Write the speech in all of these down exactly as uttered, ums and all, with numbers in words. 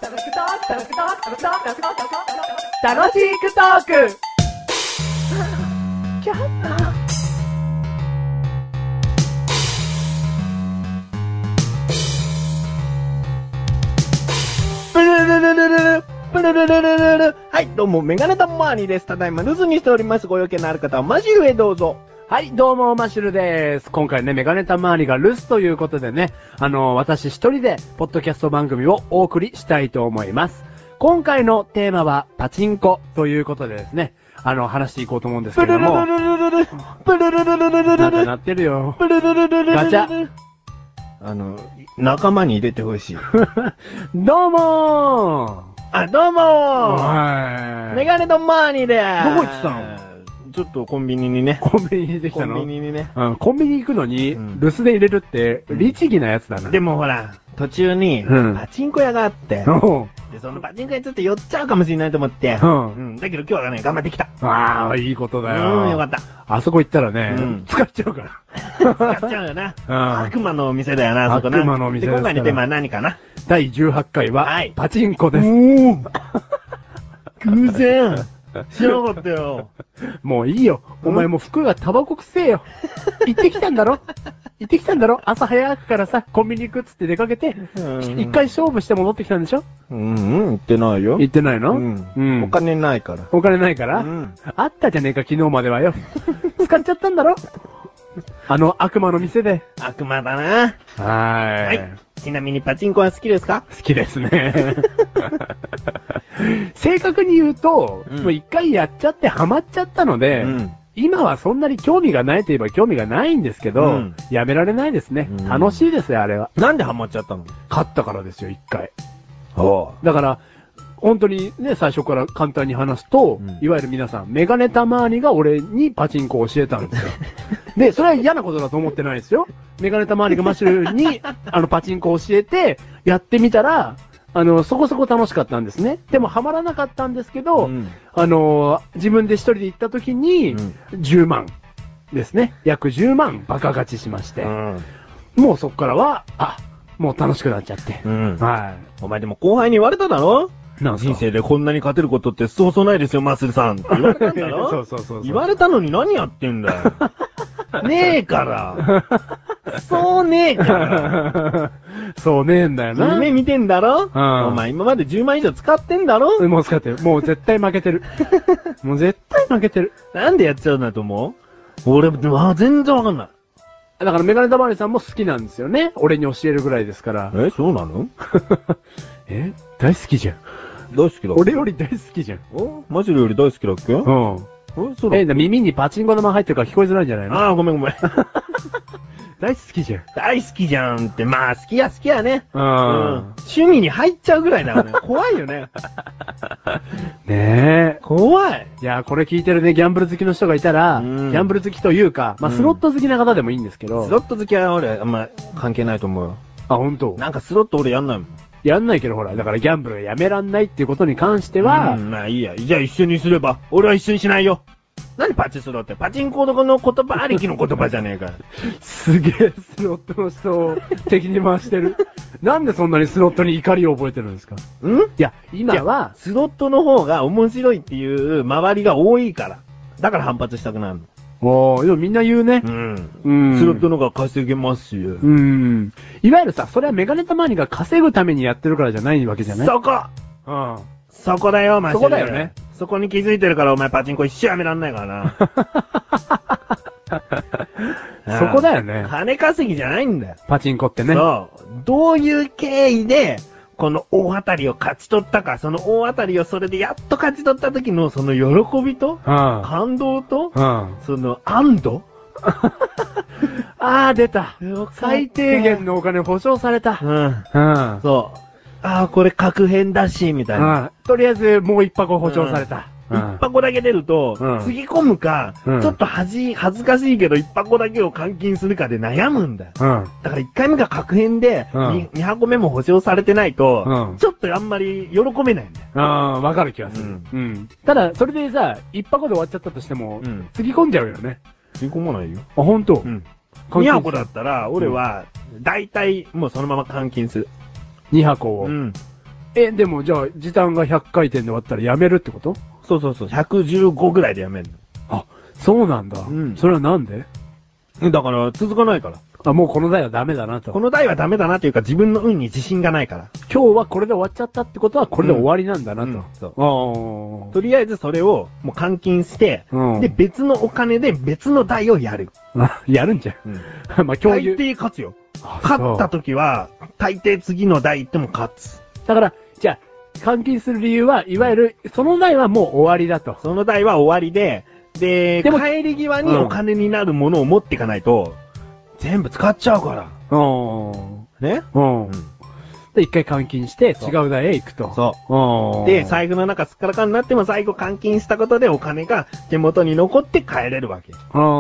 楽しくトークはい、どうも、メガネタマーニーです。ただいま留守にしております。ご用件のある方はマジ上どうぞ。 はい、どうも、マシュルです。今回ね、メガネタ周りが留守ということでね、あのー、私一人で、ポッドキャスト番組をお送りしたいと思います。今回のテーマは、パチンコということでですね、あの、話していこうと思うんですけれども。なんか鳴ってるよ。ガチャ。 あの、仲間に入れてほしい。 どうもーあ、どうもーはい。 メガネタマーニーでーす。 どこ行ってたの？ ちょっとコンビニにね。 コンビニにできたの？ コンビニにね。 うん、コンビニ行くのに、 うん留守で入れるって、律儀なやつだな。 でもほら、途中に、 うんパチンコ屋があって、 うんで、そのパチンコ屋ちょっと寄っちゃうかもしれないと思って、 うんうん。だけど今日はね、頑張ってきた。 ああ、いいことだよ。 うんよかった。 あそこ行ったらね、 うん使っちゃうから。 使っちゃうよな。 うん悪魔のお店だよな、そこな。 悪魔のお店で、 ですから今回のテーマは何かな？ だいじゅうはちかいは、 はいパチンコです。 おー偶然知らなかったよ。 もういいよ。お前もう服がタバコくせえよ。行ってきたんだろ行ってきたんだろ朝早くからさ、コンビニ行くっつって出かけて、 うん一回勝負して戻ってきたんでしょうん、うん、言ってないよ。 行ってないのうん。 うんお金ないから。 お金ないから、 うんあったじゃねえか、昨日まではよ。使っちゃったんだろあの悪魔の店で。 悪魔だな。 はー。 はいい。ちなみにパチンコは好きですか？ 好きですね。正確に言うと、 うんもう一回やっちゃってハマっちゃったので、 うん今はそんなに興味がないと言えば興味がないんですけど、 うんやめられないですね。 うん楽しいですよ、あれは。 なんでハマっちゃったの？ 勝ったからですよ、一回。 おだから、本当にね、最初から簡単に話すと、 うんいわゆる皆さん、メガネたまーにが俺にパチンコを教えたんですよ。で、それは嫌なことだと思ってないですよ。メガネたまーにがマッシュルに、あの、パチンコを教えて、やってみたら、あの、そこそこ楽しかったんですね。でも、ハマらなかったんですけど、 うんあの、自分で一人で行った時に、じゅうまんですね。約じゅうまんバカ勝ちしまして、 うん。 もうそこからは、あ、もう楽しくなっちゃって。 うん。 はお前でも後輩に言われただろ？ い。なんすか人生でこんなに勝てることってそうそうないですよ、マッスルさん。って言われたんだろ？ そうそうそうそう。 言われたのに何やってんだよ。ねえから。そうねえから。 そうねえんだよな。 夢見てんだろ？ んお前今までじゅうまん以上使ってんだろ？ もう使ってる。もう絶対負けてる。もう絶対負けてる。 なんでやっちゃうんだと思う？俺、あ、全然わかんない。 だからメガネたまわりさんも好きなんですよね。俺に教えるぐらいですから。 え、そうなの？ え大好きじゃん。 大好きだ。 俺より大好きじゃん。 おマジでより大好きだっけ？ うん。 え、そうだ。 え、耳にパチンコ玉入ってるから聞こえづらいんじゃないの？ あー、ごめんごめん。 大好きじゃん。 大好きじゃんって、まあ好きや好きやね。 ううん。趣味に入っちゃうぐらいだよね。怖いよね。 ねえ。 怖い。 いや、これ聞いてるね、ギャンブル好きの人がいたら、 うんギャンブル好きというか、まあ、 うんスロット好きな方でもいいんですけど。 スロット好きは俺、あんま関係ないと思うよ。 あ、本当。 なんかスロット俺やんないもん。 やんないけどほら、だからギャンブルがやめらんないっていうことに関しては、 うん、まあいいや。じゃあ一緒にすれば。俺は一緒にしないよ。何パチスロって。パチンコの言葉ありきの言葉じゃねえか。 すげえスロットの人を敵に回してる。なんでそんなにスロットに怒りを覚えてるんですか？ んいや、今は、 スロットの方が面白いっていう周りが多いから。だから反発したくなるの。 おー、でもみんな言うね。 うん。 うん。 スロットの方が稼げますし。 うん。いわゆるさ、それはメガネたまにが稼ぐためにやってるからじゃないわけじゃない？ そこうん。 そこだよ、マジで。 そこだよね。 そこに気づいてるからお前パチンコ一生やめらんないからな。 そこだよね。 金稼ぎじゃないんだよ。 パチンコってね。 そう。どういう経緯で、この大当たりを勝ち取ったか、その大当たりをそれでやっと勝ち取った時のその喜びと、 うん。 感動と、 うん。 その安堵あー、出た。 よかった最低限のお金保証された。 うん。 うん。 そう。ああ、これ確変だし、みたいな。 うん。とりあえず、もう一箱保証された。 一箱だけ出ると、 うんつぎ込むか、 うんちょっと恥、恥ずかしいけど一箱だけを換金するかで悩むんだよ。 うん。 だから一回目が確変で、 うんに二箱目も保証されてないと、 うんちょっとあんまり喜べないんだよ。 ああ、わかる気がする。 うんうん。ただ、それでさ、一箱で終わっちゃったとしても、 うんつぎ込んじゃうよね。 つぎ込まないよ。 あ、ほんと？ うん。 換金二箱だったら、俺は、だいたいもうそのまま換金する。 二箱を。 うん。 え、でもじゃあ、時短がひゃっかいてんで割ったらやめるってこと？ そうそうそう、ひゃくじゅうごぐらいでやめるあ、そうなんだ。 うん。 それはなんで？ だから、続かないから。 あ、もうこの台はダメだなと。 この台はダメだなっていうか、自分の運に自信がないから。 今日はこれで終わっちゃったってことは、これで終わりなんだなと。 うんうんそうあーとりあえずそれをもう換金して、 うんで、別のお金で別の台をやる。 あ。やるんじゃん。 うん。 まあ、共大有。 抵勝つよ。 あ勝った時は、大抵次の台行っても勝つ。 だから、じゃあ、換金する理由は、いわゆる、その台はもう終わりだと。 その台は終わりで、で、 でも帰り際にお金になるものを持っていかないと、全部使っちゃうから。 うん。 ねうん。 うんで、一回換金して、 そう違う台へ行くと。 そう。 うん。 で、財布の中すっからかんになっても最後換金したことでお金が手元に残って帰れるわけ。 うん。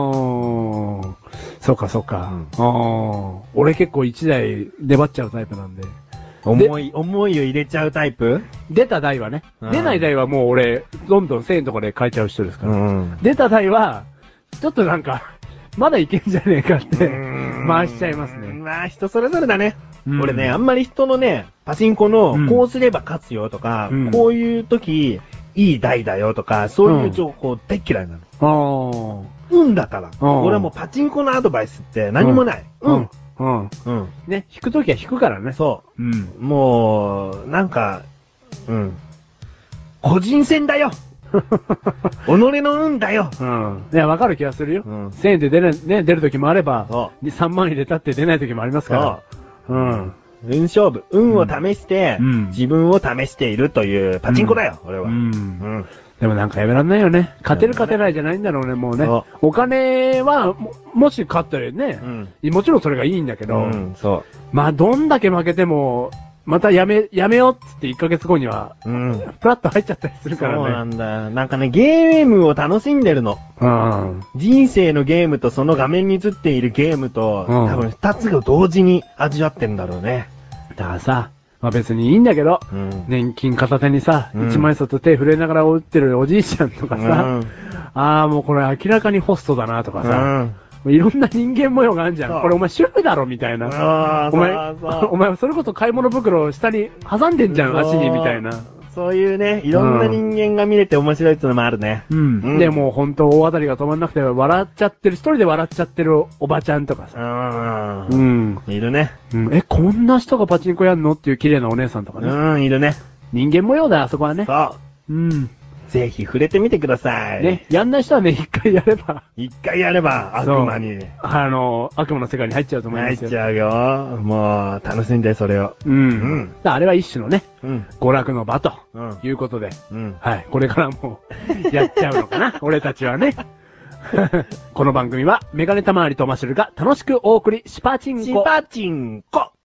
そうか、そうか。 ううん。俺結構一台粘っちゃうタイプなんで。 思い、思いを入れちゃうタイプ出た台はね。 うん出ない台はもう俺、どんどんせんえんとかで買えちゃう人ですから。 ん。 出た台は、ちょっとなんか、まだいけんじゃねえかって、回しちゃいますね。 まあ、人それぞれだね。 うん俺ね、あんまり人のね、パチンコのうん、 こうすれば勝つよとか、 うんこういう時、いい台だよとか、そういう情報大っ嫌いなの。 あ運だから。 うん俺はもうパチンコのアドバイスって何もない。 あ。 うん。。 うん。 うん。 ね、引くときは引くからね。 そうん。 う。もう、なんか、うん。個人戦だよ己の運だようん。いや、わかる気がするよ。 うんせんえんで出ない、ね、出るときもあれば、 そでさんまん入れたって出ないときもありますから。うん。 運勝負。運を試して、 うん自分を試しているというパチンコだよ、俺は。 う。 うんん。 でもなんかやめらんないよね。勝てる勝てないじゃないんだろうね、もうねそ。 お金は、も、もし勝ったらね、 うん。 もちろんそれがいいんだけど、 うん、そまあ、どんだけ負けても、またやめ、やめようっつっていっかげつごには、 う。うん。 プラッと入っちゃったりするからね。 そうなんだよ。なんかね、ゲームを楽しんでるの。 うん。 人生のゲームとその画面に映っているゲームと、 うん多分二つを同時に味わってんだろうね。 だからさ、まあ別にいいんだけど、 うん。 年金片手にさ、 うん一万円札と手震えながら打ってるおじいちゃんとかさ、 うんああ、もうこれ明らかにホストだなとかうさ、 ん。 いろんな人間模様があるじゃ。 そうんこれお前主婦だろみたいな。 ああ、 お前そうそう、 お前それこそ買い物袋を下に挟んでんじゃん、足にみたいな。 そういうね、いろんな人間が見れて面白いっていうのもあるね。 うん。 うんで、もうほんと大当たりが止まんなくて笑っちゃってる、一人で笑っちゃってるおばちゃんとかさ。 う。 うんん。 いるね。 うん、え、こんな人がパチンコやんのっていう綺麗なお姉さんとかね。 うん、いるね。 人間模様だよ、あそこはね。 そうん。 う。ぜひ触れてみてください。 ね、やんない人はね、一回やれば、 一回やれば、悪魔にあの、悪魔の世界に入っちゃうと思いますよ。 入っちゃうよ。もう、楽しんで、それを。 うん。 うんだからあれは一種のね、 うん。 娯楽の場とうん。 いうことで、 うん。 はい、これからもやっちゃうのかな、俺たちはね。この番組は、メガネたまわりとマッシュルが楽しくお送り、シパチンコ。 シパチンコ